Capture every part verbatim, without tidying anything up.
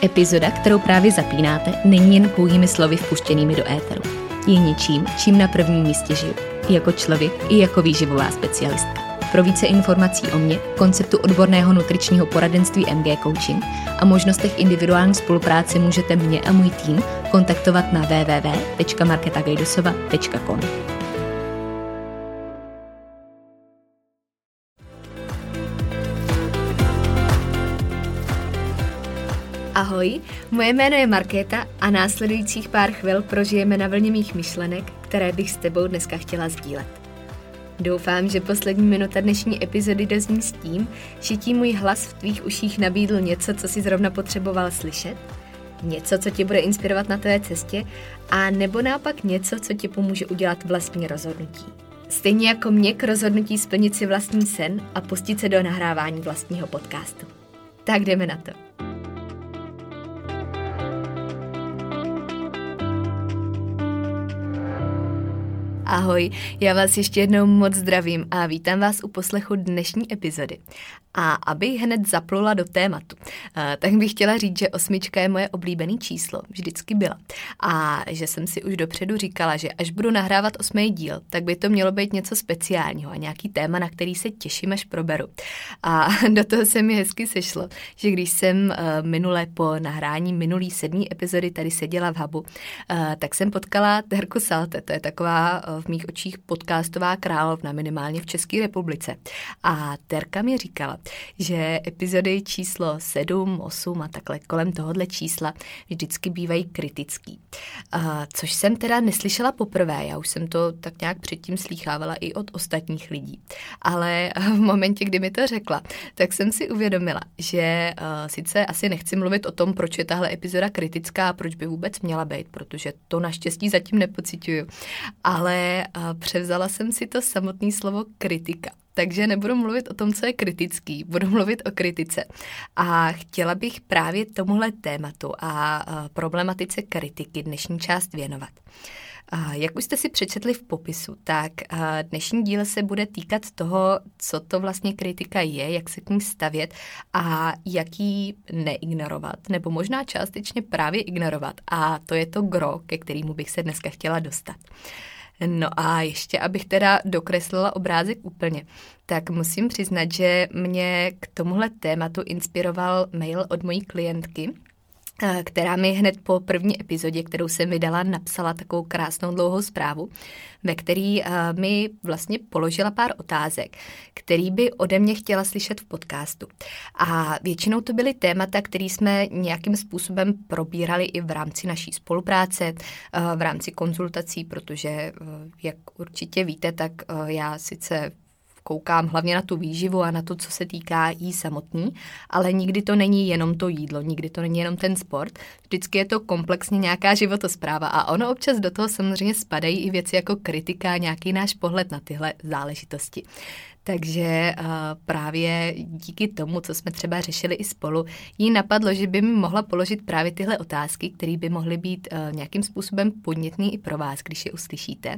Epizoda, kterou právě zapínáte, není jen pouhými slovy vpuštěnými do éteru. Je něčím, čím na prvním místě žiju. I jako člověk, i jako výživová specialistka. Pro více informací o mně, konceptu odborného nutričního poradenství M G Coaching a možnostech individuální spolupráce můžete mě a můj tým kontaktovat na w w w tečka markéta gajdosova tečka com. Ahoj, moje jméno je Markéta a následujících pár chvil prožijeme na vlně mých myšlenek, které bych s tebou dneska chtěla sdílet. Doufám, že poslední minuta dnešní epizody dozní s tím, že ti můj hlas v tvých uších nabídl něco, co si zrovna potřeboval slyšet, něco, co tě bude inspirovat na tvé cestě, a nebo naopak něco, co ti pomůže udělat vlastní rozhodnutí. Stejně jako mě k rozhodnutí splnit si vlastní sen a pustit se do nahrávání vlastního podcastu. Tak jdeme na to. Ahoj, já vás ještě jednou moc zdravím a vítám vás u poslechu dnešní epizody. A abych hned zaplula do tématu, tak bych chtěla říct, že osmička je moje oblíbené číslo, vždycky byla. A že jsem si už dopředu říkala, že až budu nahrávat osmý díl, tak by to mělo být něco speciálního a nějaký téma, na který se těším, až proberu. A do toho se mi hezky sešlo, že když jsem minule po nahrání minulý sedmý epizody tady seděla v hubu, tak jsem potkala Terku Salte, to je taková v mých očích podcastová královna, minimálně v České republice. A Terka mi říkala, že epizody číslo sedm, osm a takhle kolem tohohle čísla vždycky bývají kritický. A což jsem teda neslyšela poprvé, já už jsem to tak nějak předtím slýchávala i od ostatních lidí. Ale v momentě, kdy mi to řekla, tak jsem si uvědomila, že uh, sice asi nechci mluvit o tom, proč je tahle epizoda kritická a proč by vůbec měla být, protože to naštěstí zatím nepociťuju. Ale uh, převzala jsem si to samotné slovo kritika. Takže nebudu mluvit o tom, co je kritický, budu mluvit o kritice. A chtěla bych právě tomuhle tématu a problematice kritiky dnešní část věnovat. Jak už jste si přečetli v popisu, tak dnešní díl se bude týkat toho, co to vlastně kritika je, jak se k ní stavět a jak ji neignorovat, nebo možná částečně právě ignorovat. A to je to gro, ke kterému bych se dneska chtěla dostat. No a ještě, abych teda dokreslila obrázek úplně, tak musím přiznat, že mě k tomuhle tématu inspiroval mail od mojí klientky, která mi hned po první epizodě, kterou jsem vydala, napsala takovou krásnou dlouhou zprávu, ve který mi vlastně položila pár otázek, který by ode mě chtěla slyšet v podcastu. A většinou to byly témata, které jsme nějakým způsobem probírali i v rámci naší spolupráce, v rámci konzultací, protože, jak určitě víte, tak já sice koukám hlavně na tu výživu a na to, co se týká jí samotný, ale nikdy to není jenom to jídlo, nikdy to není jenom ten sport, vždycky je to komplexně nějaká životospráva a ono občas do toho samozřejmě spadají i věci jako kritika, nějaký náš pohled na tyhle záležitosti. Takže uh, právě díky tomu, co jsme třeba řešili i spolu, jí napadlo, že by mi mohla položit právě tyhle otázky, které by mohly být uh, nějakým způsobem podnětný i pro vás, když je uslyšíte.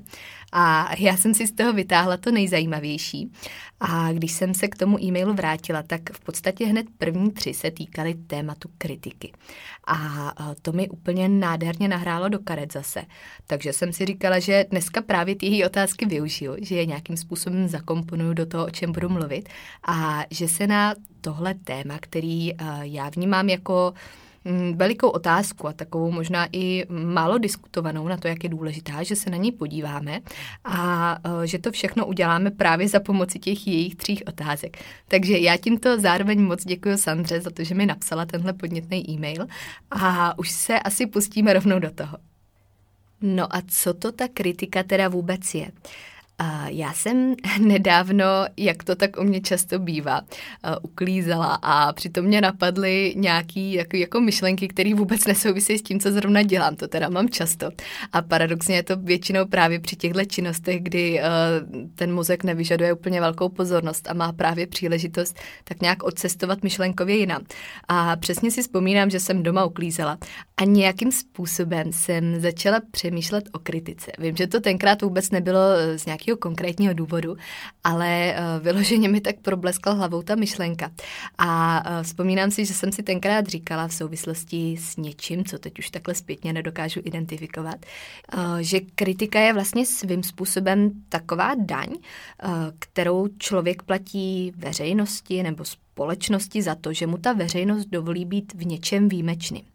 A já jsem si z toho vytáhla to nejzajímavější. A když jsem se k tomu e-mailu vrátila, tak v podstatě hned první tři se týkaly tématu kritiky. A uh, to mi úplně nádherně nahrálo do karet zase. Takže jsem si říkala, že dneska právě ty její otázky využiju, že je nějakým způsobem zakomponuju do toho, o čem budu mluvit, a že se na tohle téma, který uh, já vnímám jako um, velikou otázku a takovou možná i málo diskutovanou na to, jak je důležitá, že se na ní podíváme a uh, že to všechno uděláme právě za pomoci těch jejich tří otázek. Takže já tímto zároveň moc děkuji Sandře za to, že mi napsala tenhle podnětný e-mail a už se asi pustíme rovnou do toho. No a co to ta kritika teda vůbec je? Uh, já jsem nedávno, jak to tak u mě často bývá, uh, uklízela a přitom mě napadly nějaký jako, jako myšlenky, které vůbec nesouvisí s tím, co zrovna dělám. To teda mám často. A paradoxně je to většinou právě při těchto činnostech, kdy uh, ten mozek nevyžaduje úplně velkou pozornost a má právě příležitost tak nějak odcestovat myšlenkově jinam. A přesně si vzpomínám, že jsem doma uklízela A nějakým způsobem jsem začala přemýšlet o kritice. Vím, že to tenkrát vůbec nebylo z nějakého konkrétního důvodu, ale vyloženě mi tak probleskla hlavou ta myšlenka. A vzpomínám si, že jsem si tenkrát říkala v souvislosti s něčím, co teď už takhle zpětně nedokážu identifikovat, že kritika je vlastně svým způsobem taková daň, kterou člověk platí veřejnosti nebo společnosti za to, že mu ta veřejnost dovolí být v něčem výjimečným.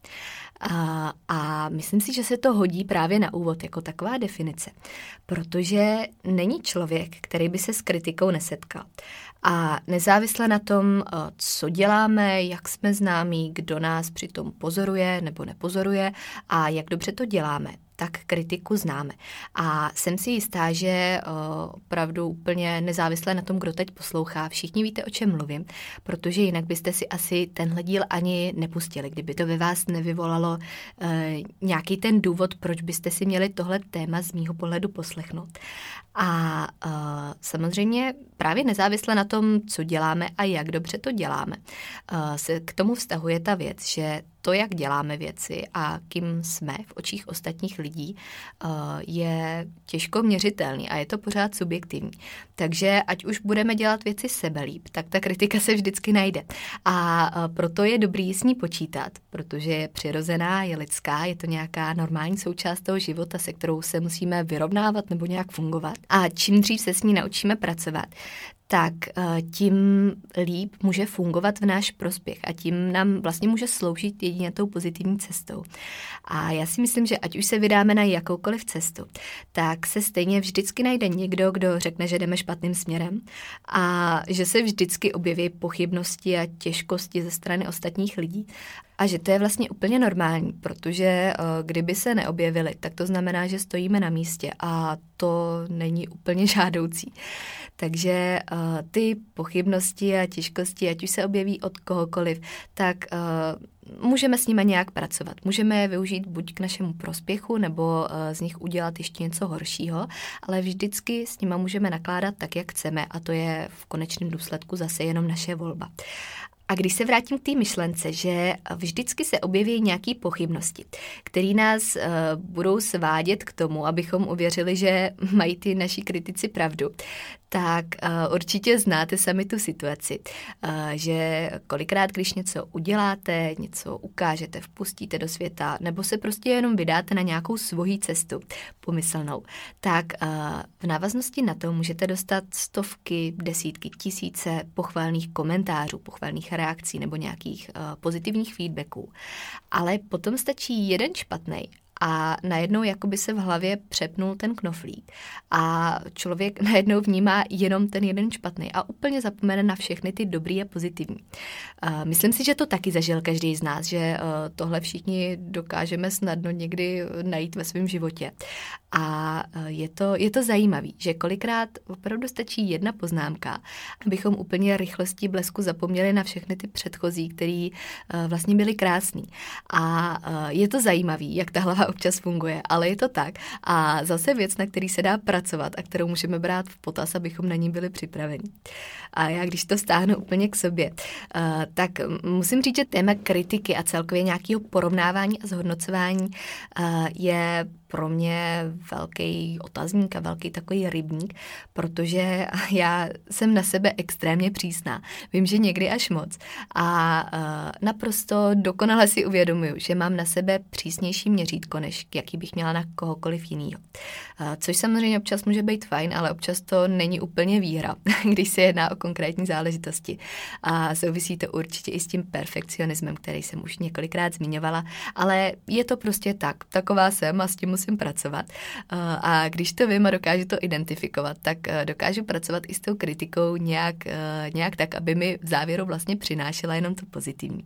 A, a myslím si, že se to hodí právě na úvod jako taková definice, protože není člověk, který by se s kritikou nesetkal. A nezávisle na tom, co děláme, jak jsme známí, kdo nás přitom pozoruje nebo nepozoruje a jak dobře to děláme, tak kritiku známe. A jsem si jistá, že opravdu úplně nezávisle na tom, kdo teď poslouchá, všichni víte, o čem mluvím, protože jinak byste si asi tenhle díl ani nepustili, kdyby to ve vás nevyvolalo nějaký ten důvod, proč byste si měli tohle téma z mýho pohledu poslechnout. A uh, samozřejmě právě nezávisle na tom, co děláme a jak dobře to děláme, uh, se k tomu vztahuje ta věc, že to, jak děláme věci a kým jsme v očích ostatních lidí, uh, je těžko měřitelný a je to pořád subjektivní. Takže ať už budeme dělat věci sebelíp, tak ta kritika se vždycky najde. A uh, proto je dobrý s ní počítat, protože je přirozená, je lidská, je to nějaká normální součást toho života, se kterou se musíme vyrovnávat nebo nějak fungovat. A čím dřív se s ní naučíme pracovat, tak tím líp může fungovat v náš prospěch a tím nám vlastně může sloužit jedině tou pozitivní cestou. A já si myslím, že ať už se vydáme na jakoukoliv cestu, tak se stejně vždycky najde někdo, kdo řekne, že jdeme špatným směrem a že se vždycky objeví pochybnosti a těžkosti ze strany ostatních lidí. A že to je vlastně úplně normální, protože kdyby se neobjevily, tak to znamená, že stojíme na místě a to není úplně žádoucí. Takže uh, ty pochybnosti a těžkosti, ať už se objeví od kohokoliv, tak uh, můžeme s nimi nějak pracovat. Můžeme je využít buď k našemu prospěchu, nebo uh, z nich udělat ještě něco horšího, ale vždycky s nimi můžeme nakládat tak, jak chceme a to je v konečném důsledku zase jenom naše volba. A když se vrátím k té myšlence, že vždycky se objeví nějaké pochybnosti, které nás uh, budou svádět k tomu, abychom uvěřili, že mají ty naši kritici pravdu, tak uh, určitě znáte sami tu situaci, uh, že kolikrát, když něco uděláte, něco ukážete, vpustíte do světa, nebo se prostě jenom vydáte na nějakou svoji cestu pomyslnou, tak uh, v návaznosti na to můžete dostat stovky, desítky, tisíce pochvalných komentářů, pochvalných reakcí nebo nějakých uh, pozitivních feedbacků. Ale potom stačí jeden špatnej a najednou jakoby se v hlavě přepnul ten knoflík a člověk najednou vnímá jenom ten jeden špatný a úplně zapomene na všechny ty dobrý a pozitivní. Uh, myslím si, že to taky zažil každý z nás, že uh, tohle všichni dokážeme snadno někdy najít ve svém životě. A uh, je to, je to zajímavý, že kolikrát opravdu stačí jedna poznámka, abychom úplně rychlostí blesku zapomněli na všechny ty předchozí, který uh, vlastně byly krásný. A uh, je to zajímavý, jak ta hlava občas funguje, ale je to tak. A zase věc, na který se dá pracovat a kterou můžeme brát v potaz, abychom na ní byli připraveni. A já, když to stáhnu úplně k sobě, uh, tak musím říct, že téma kritiky a celkově nějakého porovnávání a zhodnocování uh, je pro mě velký otazník a velký takový rybník, protože já jsem na sebe extrémně přísná. Vím, že někdy až moc. A uh, naprosto dokonale si uvědomuju, že mám na sebe přísnější měřítko, než jaký bych měla na kohokoliv jinýho. Uh, což samozřejmě občas může být fajn, ale občas to není úplně výhra, když se jedná o konkrétní záležitosti. A souvisí to určitě i s tím perfekcionismem, který jsem už několikrát zmiňovala, ale je to prostě tak. Taková jsem a s tím musím pracovat. A když to vím a dokážu to identifikovat, tak dokážu pracovat i s tou kritikou nějak, nějak tak, aby mi v závěru vlastně přinášela jenom to pozitivní.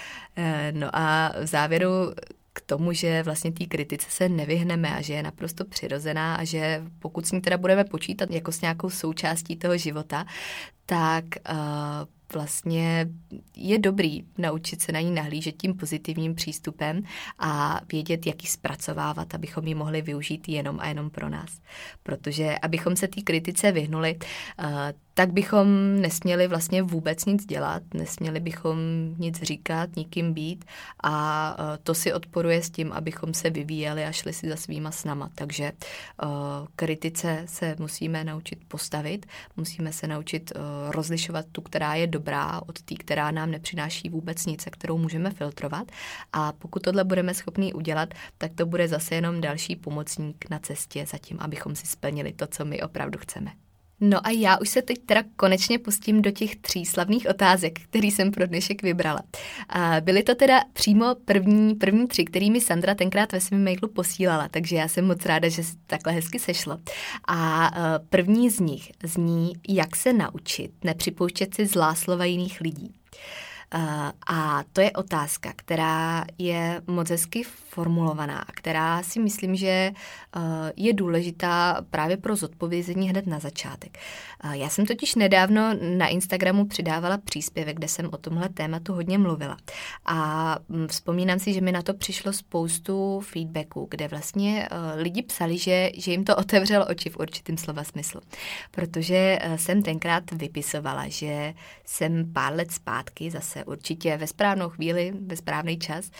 No a v závěru k tomu, že vlastně té kritice se nevyhneme a že je naprosto přirozená a že pokud s ní teda budeme počítat jako s nějakou součástí toho života, tak uh, vlastně je dobrý naučit se na ní nahlížet tím pozitivním přístupem a vědět, jak ji zpracovávat, abychom ji mohli využít jenom a jenom pro nás. Protože abychom se té kritice vyhnuli, uh, tak bychom nesměli vlastně vůbec nic dělat, nesměli bychom nic říkat, nikým být a to si odporuje s tím, abychom se vyvíjeli a šli si za svýma snama. Takže uh, kritice se musíme naučit postavit, musíme se naučit uh, rozlišovat tu, která je dobrá, od té, která nám nepřináší vůbec nic a kterou můžeme filtrovat. A pokud tohle budeme schopni udělat, tak to bude zase jenom další pomocník na cestě za tím, abychom si splnili to, co my opravdu chceme. No a já už se teď teda konečně pustím do těch tří slavných otázek, který jsem pro dnešek vybrala. A byly to teda přímo první, první tři, kterými Sandra tenkrát ve svém mailu posílala, takže já jsem moc ráda, že se takhle hezky sešlo. A první z nich zní, jak se naučit nepřipouštět si zlá slova jiných lidí. Uh, a to je otázka, která je moc hezky formulovaná, která si myslím, že uh, je důležitá právě pro zodpovězení hned na začátek. Uh, já jsem totiž nedávno na Instagramu přidávala příspěvek, kde jsem o tomhle tématu hodně mluvila. A um, vzpomínám si, že mi na to přišlo spoustu feedbacků, kde vlastně uh, lidi psali, že, že jim to otevřelo oči v určitým slova smyslu. Protože uh, jsem tenkrát vypisovala, že jsem pár let zpátky zase určitě ve správnou chvíli, ve správný čas,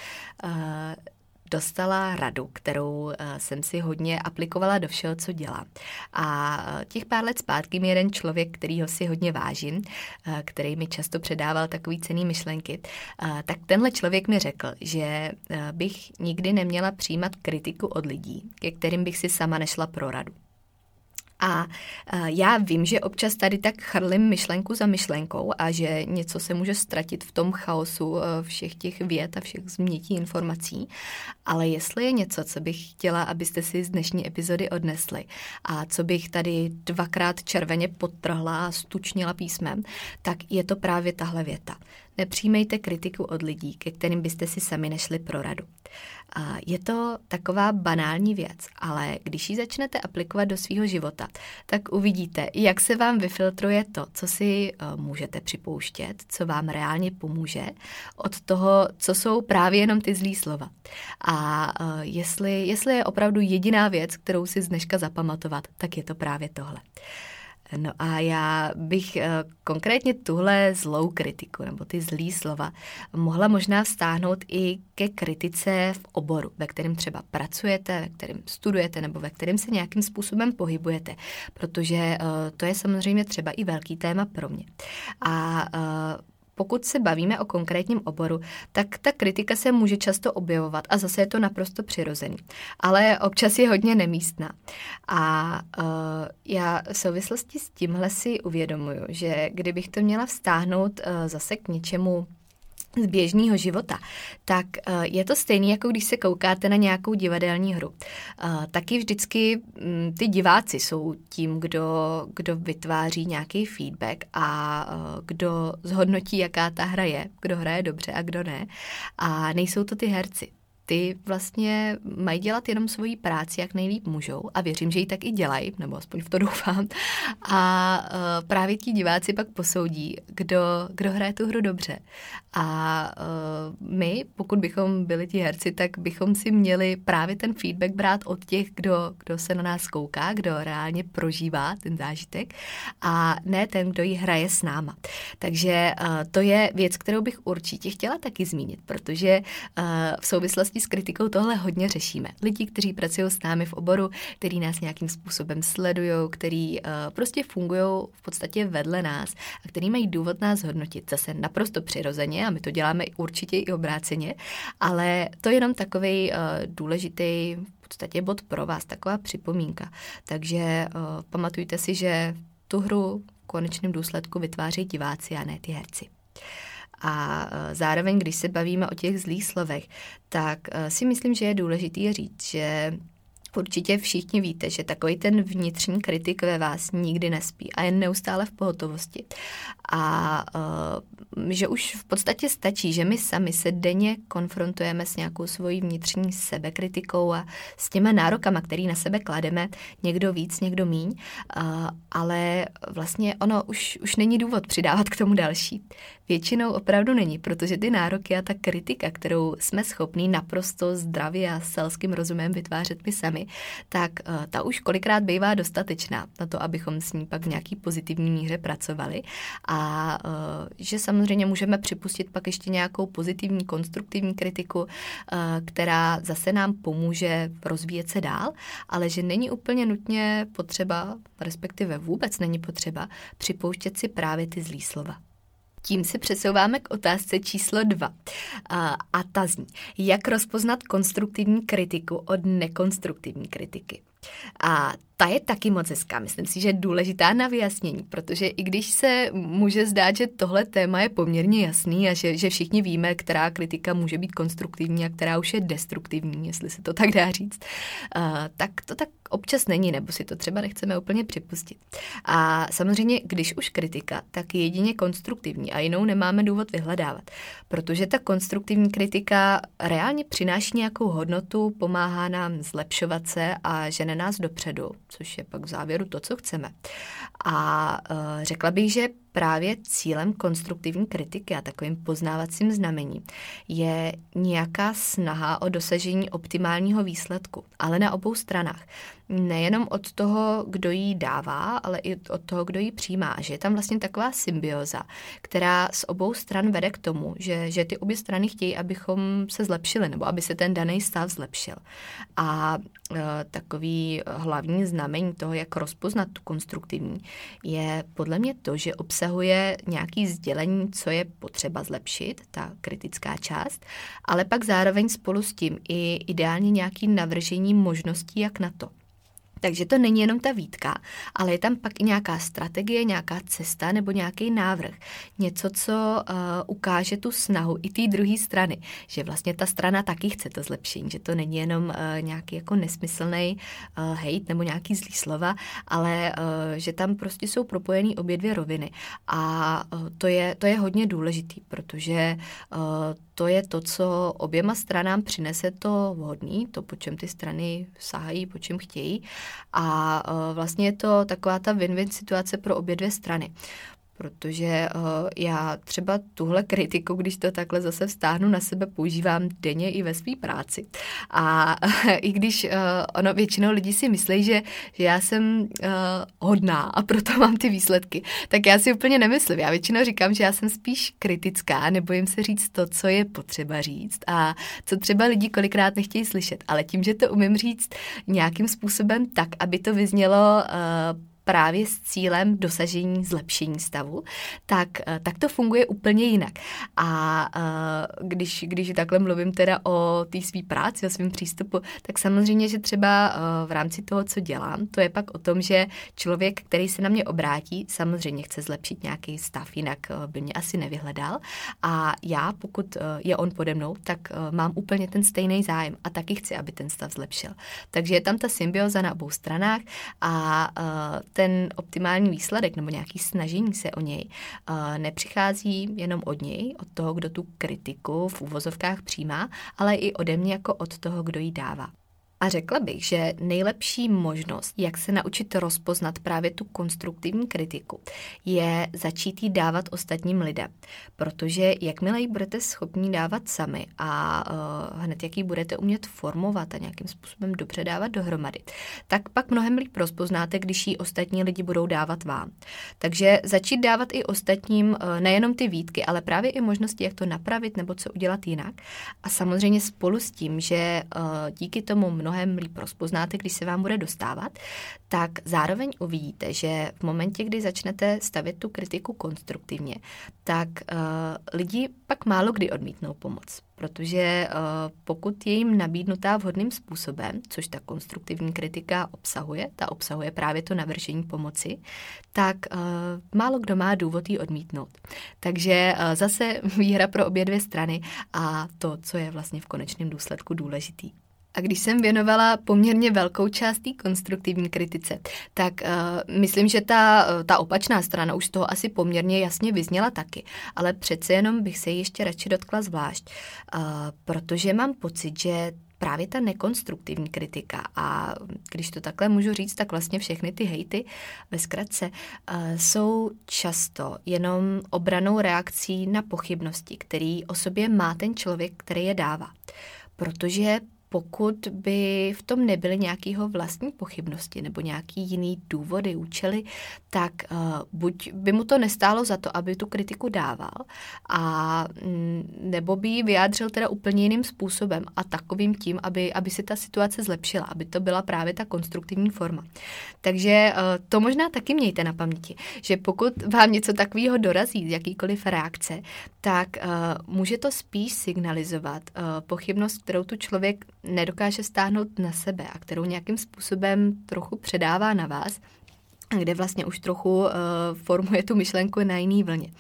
dostala radu, kterou jsem si hodně aplikovala do všeho, co dělám. A těch pár let zpátky mi jeden člověk, kterýho si hodně vážím, který mi často předával takový cenný myšlenky, tak tenhle člověk mi řekl, že bych nikdy neměla přijímat kritiku od lidí, ke kterým bych si sama nešla pro radu. A já vím, že občas tady tak chrlím myšlenku za myšlenkou a že něco se může ztratit v tom chaosu všech těch vět a všech změtí informací, ale jestli je něco, co bych chtěla, abyste si z dnešní epizody odnesli a co bych tady dvakrát červeně podtrhla a stučnila písmem, tak je to právě tahle věta. Nepřijímejte kritiku od lidí, ke kterým byste si sami nešli pro radu. Je to taková banální věc, ale když ji začnete aplikovat do svého života, tak uvidíte, jak se vám vyfiltruje to, co si můžete připouštět, co vám reálně pomůže, od toho, co jsou právě jenom ty zlý slova. A jestli, jestli je opravdu jediná věc, kterou si z dneška zapamatovat, tak je to právě tohle. No a já bych konkrétně tuhle zlou kritiku nebo ty zlý slova mohla možná vztáhnout i ke kritice v oboru, ve kterém třeba pracujete, ve kterém studujete nebo ve kterém se nějakým způsobem pohybujete, protože to je samozřejmě třeba i velký téma pro mě. A pokud se bavíme o konkrétním oboru, tak ta kritika se může často objevovat a zase je to naprosto přirozený. Ale občas je hodně nemístná. A uh, já v souvislosti s tímhle si uvědomuju, že kdybych to měla vztáhnout uh, zase k něčemu z běžného života, tak uh, je to stejný, jako když se koukáte na nějakou divadelní hru. Uh, taky vždycky um, ty diváci jsou tím, kdo, kdo vytváří nějaký feedback a uh, kdo zhodnotí, jaká ta hra je, kdo hraje dobře a kdo ne. A nejsou to ty herci. Ty vlastně mají dělat jenom svoji práci, jak nejlíp můžou a věřím, že ji tak i dělají, nebo aspoň v to doufám. A uh, právě ti diváci pak posoudí, kdo, kdo hraje tu hru dobře. A uh, my, pokud bychom byli ti herci, tak bychom si měli právě ten feedback brát od těch, kdo, kdo se na nás kouká, kdo reálně prožívá ten zážitek a ne ten, kdo ji hraje s náma. Takže uh, to je věc, kterou bych určitě chtěla taky zmínit, protože uh, v souvislosti s kritikou tohle hodně řešíme. Lidi, kteří pracují s námi v oboru, který nás nějakým způsobem sledují, který uh, prostě fungují v podstatě vedle nás a který mají důvod nás hodnotit. Zase naprosto přirozeně a my to děláme určitě i obráceně, ale to je jenom takovej uh, důležitý v podstatě bod pro vás, taková připomínka. Takže uh, pamatujte si, že tu hru v konečném důsledku vytváří diváci a ne ty herci. A zároveň, když se bavíme o těch zlých slovech, tak si myslím, že je důležitý říct, že určitě všichni víte, že takový ten vnitřní kritik ve vás nikdy nespí a je neustále v pohotovosti. A uh, že už v podstatě stačí, že my sami se denně konfrontujeme s nějakou svojí vnitřní sebekritikou a s těma nárokama, který na sebe klademe, někdo víc, někdo míň, uh, ale vlastně ono už, už není důvod přidávat k tomu další. Většinou opravdu není, protože ty nároky a ta kritika, kterou jsme schopní naprosto zdravě a selským rozumem vytvářet my sami, tak uh, ta už kolikrát bývá dostatečná na to, abychom s ní pak v nějaký pozitivní míře pracovali a uh, že samozřejmě můžeme připustit pak ještě nějakou pozitivní, konstruktivní kritiku, uh, která zase nám pomůže rozvíjet se dál, ale že není úplně nutně potřeba, respektive vůbec není potřeba připouštět si právě ty zlý slova. Tím se přesouváme k otázce číslo dva. A, a ta zní, jak rozpoznat konstruktivní kritiku od nekonstruktivní kritiky. A ta je taky moc hezká, myslím si, že je důležitá na vyjasnění, protože i když se může zdát, že tohle téma je poměrně jasný a že, že všichni víme, která kritika může být konstruktivní a která už je destruktivní, jestli se to tak dá říct, uh, tak to tak občas není, nebo si to třeba nechceme úplně připustit. A samozřejmě, když už kritika, tak jedině konstruktivní a jinou nemáme důvod vyhledávat, protože ta konstruktivní kritika reálně přináší nějakou hodnotu, pomáhá nám zlepšovat se a žene nás dopředu, což je pak v závěru to, co chceme. A uh, řekla bych, že právě cílem konstruktivní kritiky a takovým poznávacím znamením je nějaká snaha o dosažení optimálního výsledku, ale na obou stranách. Nejenom od toho, kdo ji dává, ale i od toho, kdo ji přijímá. Že je tam vlastně taková symbioza, která z obou stran vede k tomu, že, že ty obě strany chtějí, abychom se zlepšili, nebo aby se ten daný stav zlepšil. A e, takový hlavní znamení toho, jak rozpoznat tu konstruktivní, je podle mě to, že obsahuje nějaké sdělení, co je potřeba zlepšit, ta kritická část, ale pak zároveň spolu s tím i ideálně nějaké navržení možností, jak na to. Takže to není jenom ta výtka, ale je tam pak i nějaká strategie, nějaká cesta nebo nějaký návrh. Něco, co uh, ukáže tu snahu i té druhé strany, že vlastně ta strana taky chce to zlepšení, že to není jenom uh, nějaký jako nesmyslný uh, hejt nebo nějaký zlý slova, ale uh, že tam prostě jsou propojený obě dvě roviny. A uh, to je, to je hodně důležitý, protože uh, to je to, co oběma stranám přinese to vhodný, to, po čem ty strany sahají, po čem chtějí. A vlastně je to taková ta win-win situace pro obě dvě strany. Protože uh, já třeba tuhle kritiku, když to takhle zase vztáhnu na sebe, používám denně i ve své práci. A uh, i když uh, ono většinou lidí si myslí, že, že já jsem uh, hodná a proto mám ty výsledky, tak já si úplně nemyslím. Já většinou říkám, že já jsem spíš kritická, nebojím se říct to, co je potřeba říct a co třeba lidi kolikrát nechtějí slyšet. Ale tím, že to umím říct nějakým způsobem tak, aby to vyznělo uh, právě s cílem dosažení zlepšení stavu, tak, tak to funguje úplně jinak. A když, když takhle mluvím teda o té své práci, o svém přístupu, tak samozřejmě, že třeba v rámci toho, co dělám, to je pak o tom, že člověk, který se na mě obrátí, samozřejmě chce zlepšit nějaký stav, jinak by mě asi nevyhledal. A já, pokud je on pode mnou, tak mám úplně ten stejný zájem a taky chci, aby ten stav zlepšil. Takže je tam ta symbioza na obou stranách a ten optimální výsledek nebo nějaký snažení se o něj uh, nepřichází jenom od něj, od toho, kdo tu kritiku v uvozovkách přijímá, ale i ode mě jako od toho, kdo ji dává. A řekla bych, že nejlepší možnost, jak se naučit rozpoznat právě tu konstruktivní kritiku, je začít ji dávat ostatním lidem. Protože jakmile ji budete schopni dávat sami a uh, hned jak ji budete umět formovat a nějakým způsobem dobře dávat dohromady, tak pak mnohem líp rozpoznáte, když ji ostatní lidi budou dávat vám. Takže začít dávat i ostatním uh, nejenom ty výtky, ale právě i možnosti, jak to napravit nebo co udělat jinak. A samozřejmě spolu s tím, že uh, díky tomu mnohem líp rozpoznáte, když se vám bude dostávat, tak zároveň uvidíte, že v momentě, kdy začnete stavět tu kritiku konstruktivně, tak uh, lidi pak málo kdy odmítnou pomoc. Protože uh, pokud je jim nabídnutá vhodným způsobem, což ta konstruktivní kritika obsahuje, ta obsahuje právě to navržení pomoci, tak uh, málo kdo má důvod ji odmítnout. Takže uh, zase výhra pro obě dvě strany a to, co je vlastně v konečném důsledku důležitý. A když jsem věnovala poměrně velkou část té konstruktivní kritice, tak uh, myslím, že ta, ta opačná strana už z toho asi poměrně jasně vyzněla taky, ale přece jenom bych se ještě radši dotkla zvlášť, uh, protože mám pocit, že právě ta nekonstruktivní kritika. A když to takhle můžu říct, tak vlastně všechny ty hejty ve zkratce jsou často jenom obranou reakcí na pochybnosti, který o sobě má ten člověk, který je dává. Protože pokud by v tom nebyly nějakého vlastní pochybnosti nebo nějaký jiný důvody, účely, tak uh, buď by mu to nestálo za to, aby tu kritiku dával, a nebo by ji vyjádřil teda úplně jiným způsobem a takovým tím, aby, aby si ta situace zlepšila, aby to byla právě ta konstruktivní forma. Takže uh, to možná taky mějte na paměti, že pokud vám něco takového dorazí, jakýkoliv reakce, tak uh, může to spíš signalizovat uh, pochybnost, kterou tu člověk nedokáže stáhnout na sebe a kterou nějakým způsobem trochu předává na vás, kde vlastně už trochu uh, formuje tu myšlenku na jiný vlně.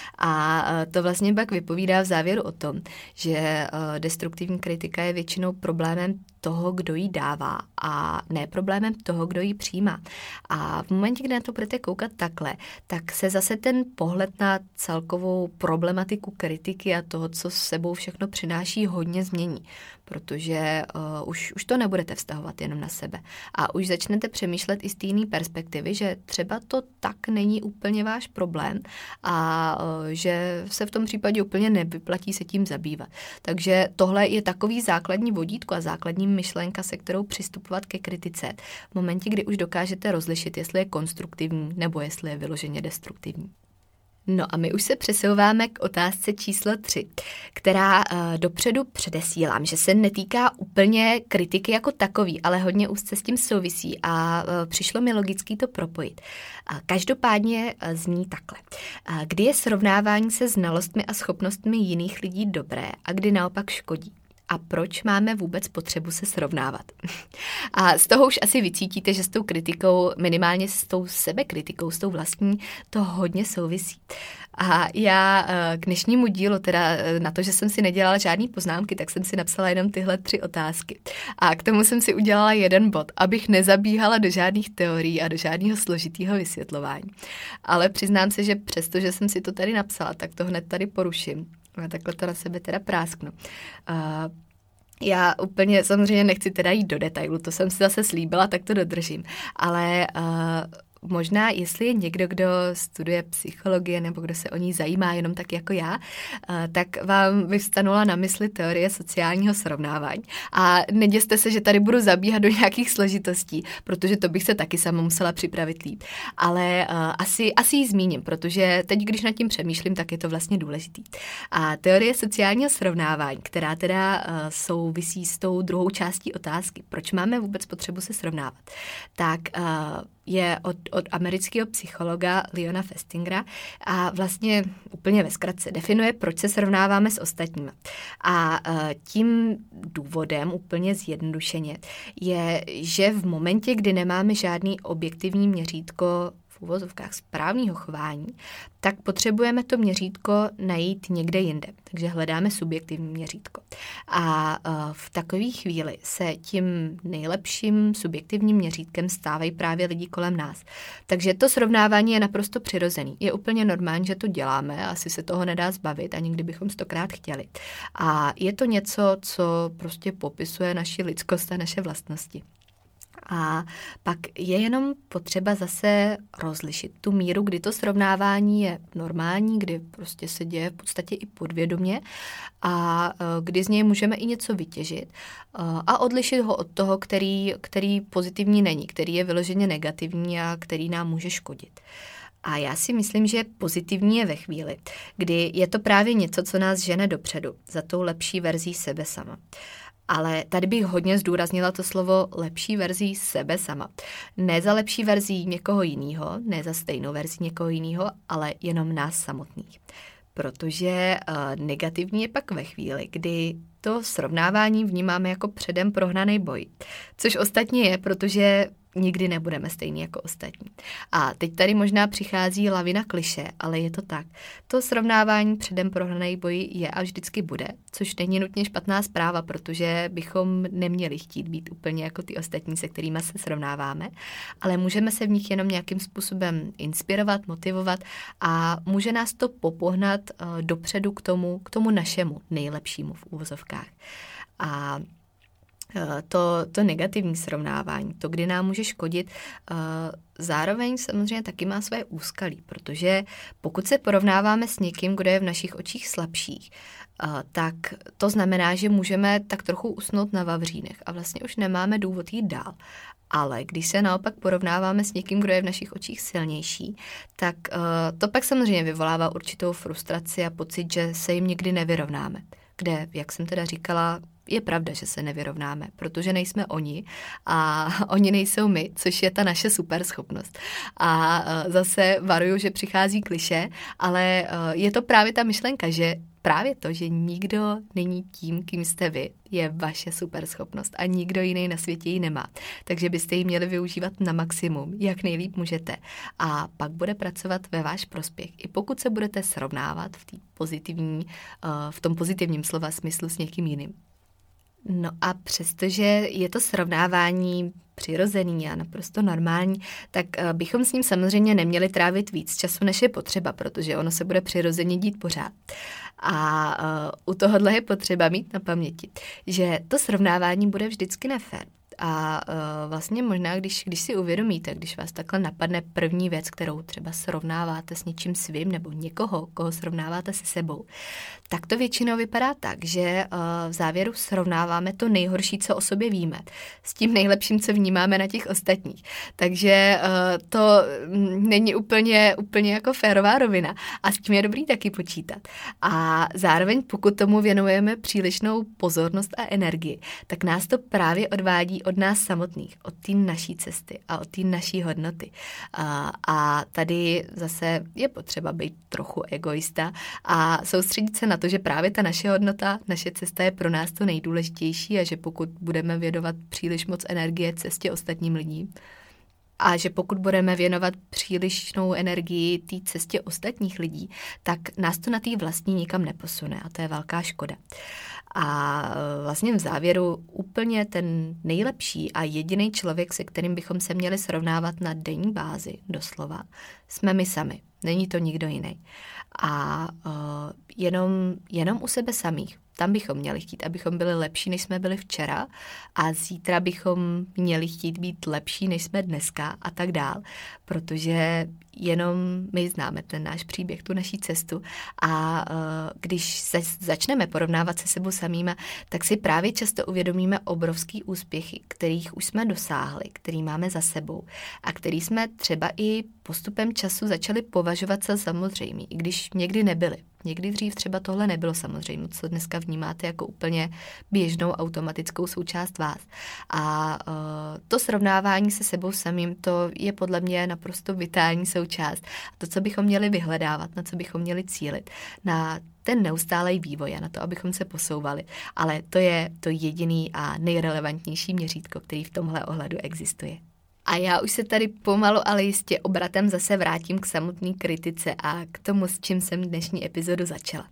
A uh, to vlastně pak vypovídá v závěru o tom, že uh, destruktivní kritika je většinou problémem toho, kdo ji dává, a ne problémem toho, kdo ji přijímá. A v momentě, kdy na to budete koukat takhle, tak se zase ten pohled na celkovou problematiku kritiky a toho, co s sebou všechno přináší, hodně změní, protože uh, už, už to nebudete vztahovat jenom na sebe. A už začnete přemýšlet i z té jiné perspektivy, že třeba to tak není úplně váš problém a uh, že se v tom případě úplně nevyplatí se tím zabývat. Takže tohle je takový základní vodítko a základní myšlenka, se kterou přistupovat ke kritice v momentě, kdy už dokážete rozlišit, jestli je konstruktivní nebo jestli je vyloženě destruktivní. No a my už se přesouváme k otázce číslo tři, která uh, dopředu předesílám, že se netýká úplně kritiky jako takový, ale hodně úzce s tím souvisí a uh, přišlo mi logický to propojit. Uh, každopádně uh, zní takhle. Uh, kdy je srovnávání se znalostmi a schopnostmi jiných lidí dobré a kdy naopak škodí? A proč máme vůbec potřebu se srovnávat? A z toho už asi vycítíte, že s tou kritikou, minimálně s tou sebekritikou, s tou vlastní, to hodně souvisí. A já k dnešnímu dílu, teda na to, že jsem si nedělala žádný poznámky, tak jsem si napsala jenom tyhle tři otázky. A k tomu jsem si udělala jeden bod, abych nezabíhala do žádných teorií a do žádného složitého vysvětlování. Ale přiznám se, že přesto, že jsem si to tady napsala, tak to hned tady poruším. A takhle to na sebe teda prásknu. Uh, já úplně samozřejmě nechci teda jít do detailu, to jsem si zase slíbila, tak to dodržím. Ale uh, možná, jestli je někdo, kdo studuje psychologii nebo kdo se o ní zajímá jenom tak jako já, tak vám vyvstanula na mysli teorie sociálního srovnávání. A neděste se, že tady budu zabíhat do nějakých složitostí, protože to bych se taky sama musela připravit líp. Ale asi, asi ji zmíním, protože teď, když nad tím přemýšlím, tak je to vlastně důležitý. A teorie sociálního srovnávání, která teda souvisí s tou druhou částí otázky, proč máme vůbec potřebu se srovnávat, tak je od, od amerického psychologa Leona Festingera a vlastně úplně ve zkratce definuje, proč se srovnáváme s ostatními. A tím důvodem, úplně zjednodušeně, je, že v momentě, kdy nemáme žádný objektivní měřítko v uvozovkách správného chování, tak potřebujeme to měřítko najít někde jinde. Takže hledáme subjektivní měřítko. A v takové chvíli se tím nejlepším subjektivním měřítkem stávají právě lidi kolem nás. Takže to srovnávání je naprosto přirozený. Je úplně normální, že to děláme, asi se toho nedá zbavit, ani kdybychom stokrát chtěli. A je to něco, co prostě popisuje naši lidskost a naše vlastnosti. A pak je jenom potřeba zase rozlišit tu míru, kdy to srovnávání je normální, kdy prostě se děje v podstatě i podvědomě a kdy z něj můžeme i něco vytěžit a odlišit ho od toho, který, který pozitivní není, který je vyloženě negativní a který nám může škodit. A já si myslím, že pozitivní je ve chvíli, kdy je to právě něco, co nás žene dopředu, za tou lepší verzí sebe sama. Ale tady bych hodně zdůraznila to slovo lepší verzí sebe sama. Ne za lepší verzí někoho jiného, ne za stejnou verzí někoho jiného, ale jenom nás samotných. Protože uh, negativní je pak ve chvíli, kdy to srovnávání vnímáme jako předem prohnaný boj. Což ostatně je, protože nikdy nebudeme stejní jako ostatní. A teď tady možná přichází lavina klišé, ale je to tak. To srovnávání předem prohraný boj je a vždycky bude, což není nutně špatná zpráva, protože bychom neměli chtít být úplně jako ty ostatní, se kterými se srovnáváme, ale můžeme se v nich jenom nějakým způsobem inspirovat, motivovat a může nás to popohnat uh, dopředu k tomu, k tomu našemu nejlepšímu v úvozovkách. A to, to negativní srovnávání, to, kdy nám může škodit, zároveň samozřejmě taky má své úskalí, protože pokud se porovnáváme s někým, kdo je v našich očích slabších, tak to znamená, že můžeme tak trochu usnout na vavřínech a vlastně už nemáme důvod jít dál. Ale když se naopak porovnáváme s někým, kdo je v našich očích silnější, tak to pak samozřejmě vyvolává určitou frustraci a pocit, že se jim nikdy nevyrovnáme. Kde, jak jsem teda říkala, je pravda, že se nevyrovnáme, protože nejsme oni a oni nejsou my, což je ta naše super schopnost. A zase varuju, že přichází klišé, ale je to právě ta myšlenka, že právě to, že nikdo není tím, kým jste vy, je vaše super schopnost a nikdo jiný na světě ji nemá. Takže byste ji měli využívat na maximum, jak nejlíp můžete. A pak bude pracovat ve váš prospěch. I pokud se budete srovnávat v, té pozitivní, v tom pozitivním slova smyslu s někým jiným. No a přestože je to srovnávání přirozený a naprosto normální, tak bychom s ním samozřejmě neměli trávit víc času, než je potřeba, protože ono se bude přirozeně dít pořád. A uh, u tohohle je potřeba mít na paměti, že to srovnávání bude vždycky nefér. A uh, vlastně možná, když, když si uvědomíte, když vás takhle napadne první věc, kterou třeba srovnáváte s něčím svým nebo někoho, koho srovnáváte se sebou, tak to většinou vypadá tak, že uh, v závěru srovnáváme to nejhorší, co o sobě víme, s tím nejlepším, co vnímáme na těch ostatních. Takže uh, to není úplně, úplně jako férová rovina a s tím je dobrý taky počítat. A zároveň, pokud tomu věnujeme přílišnou pozornost a energii, tak nás to právě odvádí od nás samotných, od té naší cesty a od té naší hodnoty. A, a tady zase je potřeba být trochu egoista a soustředit se na to, že právě ta naše hodnota, naše cesta je pro nás to nejdůležitější a že pokud budeme věnovat příliš moc energie cestě ostatním lidem, a že pokud budeme věnovat přílišnou energii té cestě ostatních lidí, tak nás to na té vlastní nikam neposune a to je velká škoda. A vlastně v závěru úplně ten nejlepší a jediný člověk, se kterým bychom se měli srovnávat na denní bázi, doslova, jsme my sami. Není to nikdo jiný. A uh, jenom, jenom u sebe samých. Tam bychom měli chtít, abychom byli lepší, než jsme byli včera a zítra bychom měli chtít být lepší, než jsme dneska a tak dál, protože jenom my známe ten náš příběh, tu naší cestu a uh, když se začneme porovnávat se sebou samýma, tak si právě často uvědomíme obrovský úspěchy, kterých už jsme dosáhli, který máme za sebou a který jsme třeba i postupem času začali považovat za samozřejmý, i když někdy nebyli. Někdy dřív třeba tohle nebylo samozřejmě, co dneska vnímáte jako úplně běžnou automatickou součást vás. A uh, to srovnávání se sebou samým, to je podle mě naprosto vitální součást. To, co bychom měli vyhledávat, na co bychom měli cílit, na ten neustálej vývoj a na to, abychom se posouvali. Ale to je to jediný a nejrelevantnější měřítko, který v tomhle ohledu existuje. A já už se tady pomalu, ale jistě obratem zase vrátím k samotné kritice a k tomu, s čím jsem dnešní epizodu začala.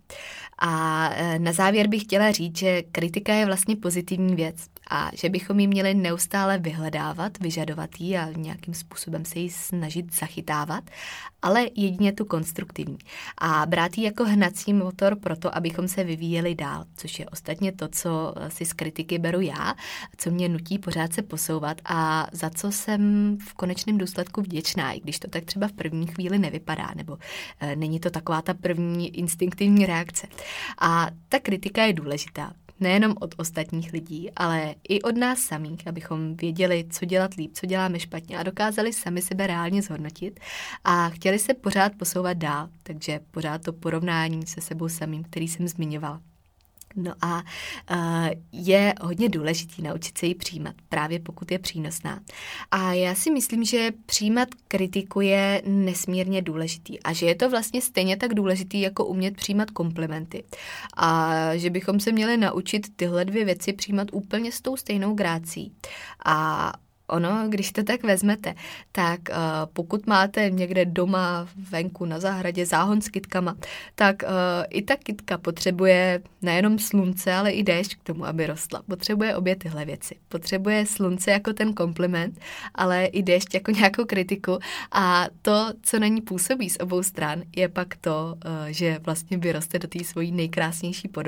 A na závěr bych chtěla říct, že kritika je vlastně pozitivní věc a že bychom ji měli neustále vyhledávat, vyžadovat ji a nějakým způsobem se ji snažit zachytávat, ale jedině tu konstruktivní. A brát ji jako hnací motor pro to, abychom se vyvíjeli dál, což je ostatně to, co si z kritiky beru já, co mě nutí pořád se posouvat a za co jsem v konečném důsledku vděčná, i když to tak třeba v první chvíli nevypadá, nebo e, není to taková ta první instinktivní reakce. A ta kritika je důležitá. Nejenom od ostatních lidí, ale i od nás samých, abychom věděli, co dělat líp, co děláme špatně a dokázali sami sebe reálně zhodnotit a chtěli se pořád posouvat dál, takže pořád to porovnání se sebou samým, který jsem zmiňovala. No a uh, je hodně důležitý naučit se ji přijímat, právě pokud je přínosná. A já si myslím, že přijímat kritiku je nesmírně důležitý a že je to vlastně stejně tak důležitý, jako umět přijímat komplimenty. A že bychom se měli naučit tyhle dvě věci přijímat úplně s tou stejnou grácí. A ono, když to tak vezmete, tak uh, pokud máte někde doma, venku, na zahradě záhon s kytkama, tak uh, i ta kytka potřebuje nejenom slunce, ale i déšť k tomu, aby rostla. Potřebuje obě tyhle věci. Potřebuje slunce jako ten kompliment, ale i déšť jako nějakou kritiku a to, co na ní působí z obou stran, je pak to, uh, že vlastně vyroste do té svojí nejkrásnější podoby.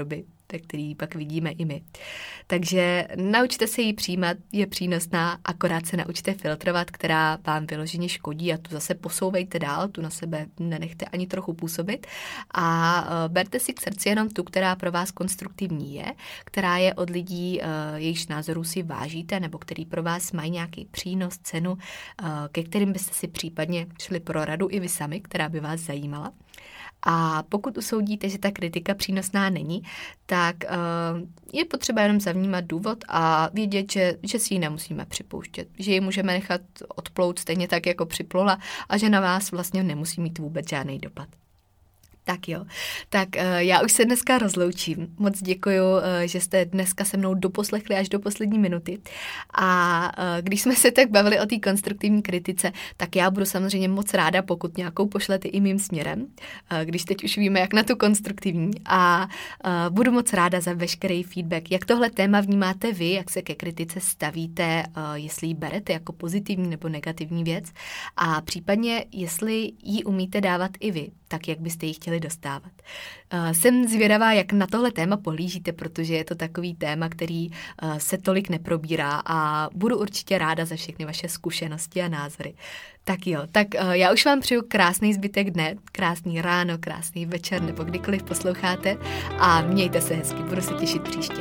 ve který pak vidíme i my. Takže naučte se ji přijímat, je přínosná, akorát se naučte filtrovat, která vám vyloženě škodí a tu zase posouvejte dál, tu na sebe nenechte ani trochu působit a berte si k srdci jenom tu, která pro vás konstruktivní je, která je od lidí, jejichž názorů si vážíte nebo který pro vás mají nějaký přínos, cenu, ke kterým byste si případně šli pro radu i vy sami, která by vás zajímala. A pokud usoudíte, že ta kritika přínosná není, tak uh, je potřeba jenom zavnímat důvod a vědět, že, že si ji nemusíme připouštět, že ji můžeme nechat odplout stejně tak, jako připlula a že na vás vlastně nemusí mít vůbec žádný dopad. Tak jo, tak uh, já už se dneska rozloučím. Moc děkuju, uh, že jste dneska se mnou doposlechli až do poslední minuty. A uh, když jsme se tak bavili o té konstruktivní kritice, tak já budu samozřejmě moc ráda, pokud nějakou pošlete i mým směrem, uh, když teď už víme, jak na tu konstruktivní. A uh, budu moc ráda za veškerý feedback. Jak tohle téma vnímáte vy, jak se ke kritice stavíte, uh, jestli ji berete jako pozitivní nebo negativní věc a případně, jestli ji umíte dávat i vy, tak jak byste ji chtěli dostávat. Uh, jsem zvědavá, jak na tohle téma pohlížíte, protože je to takový téma, který uh, se tolik neprobírá a budu určitě ráda za všechny vaše zkušenosti a názory. Tak jo, tak uh, já už vám přeju krásný zbytek dne, krásný ráno, krásný večer nebo kdykoliv posloucháte a mějte se hezky, budu se těšit příště.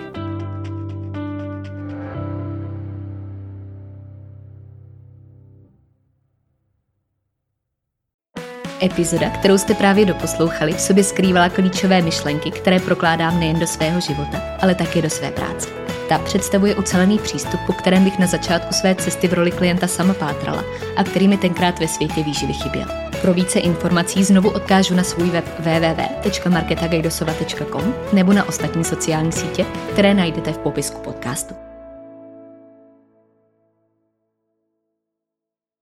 Epizoda, kterou jste právě doposlouchali, v sobě skrývala klíčové myšlenky, které prokládám nejen do svého života, ale také do své práce. Ta představuje ucelený přístup, po kterém bych na začátku své cesty v roli klienta sama pátrala a který mi tenkrát ve světě výživy chyběl. Pro více informací znovu odkážu na svůj web w w w tečka marketa gajdosova tečka com nebo na ostatní sociální sítě, které najdete v popisku podcastu.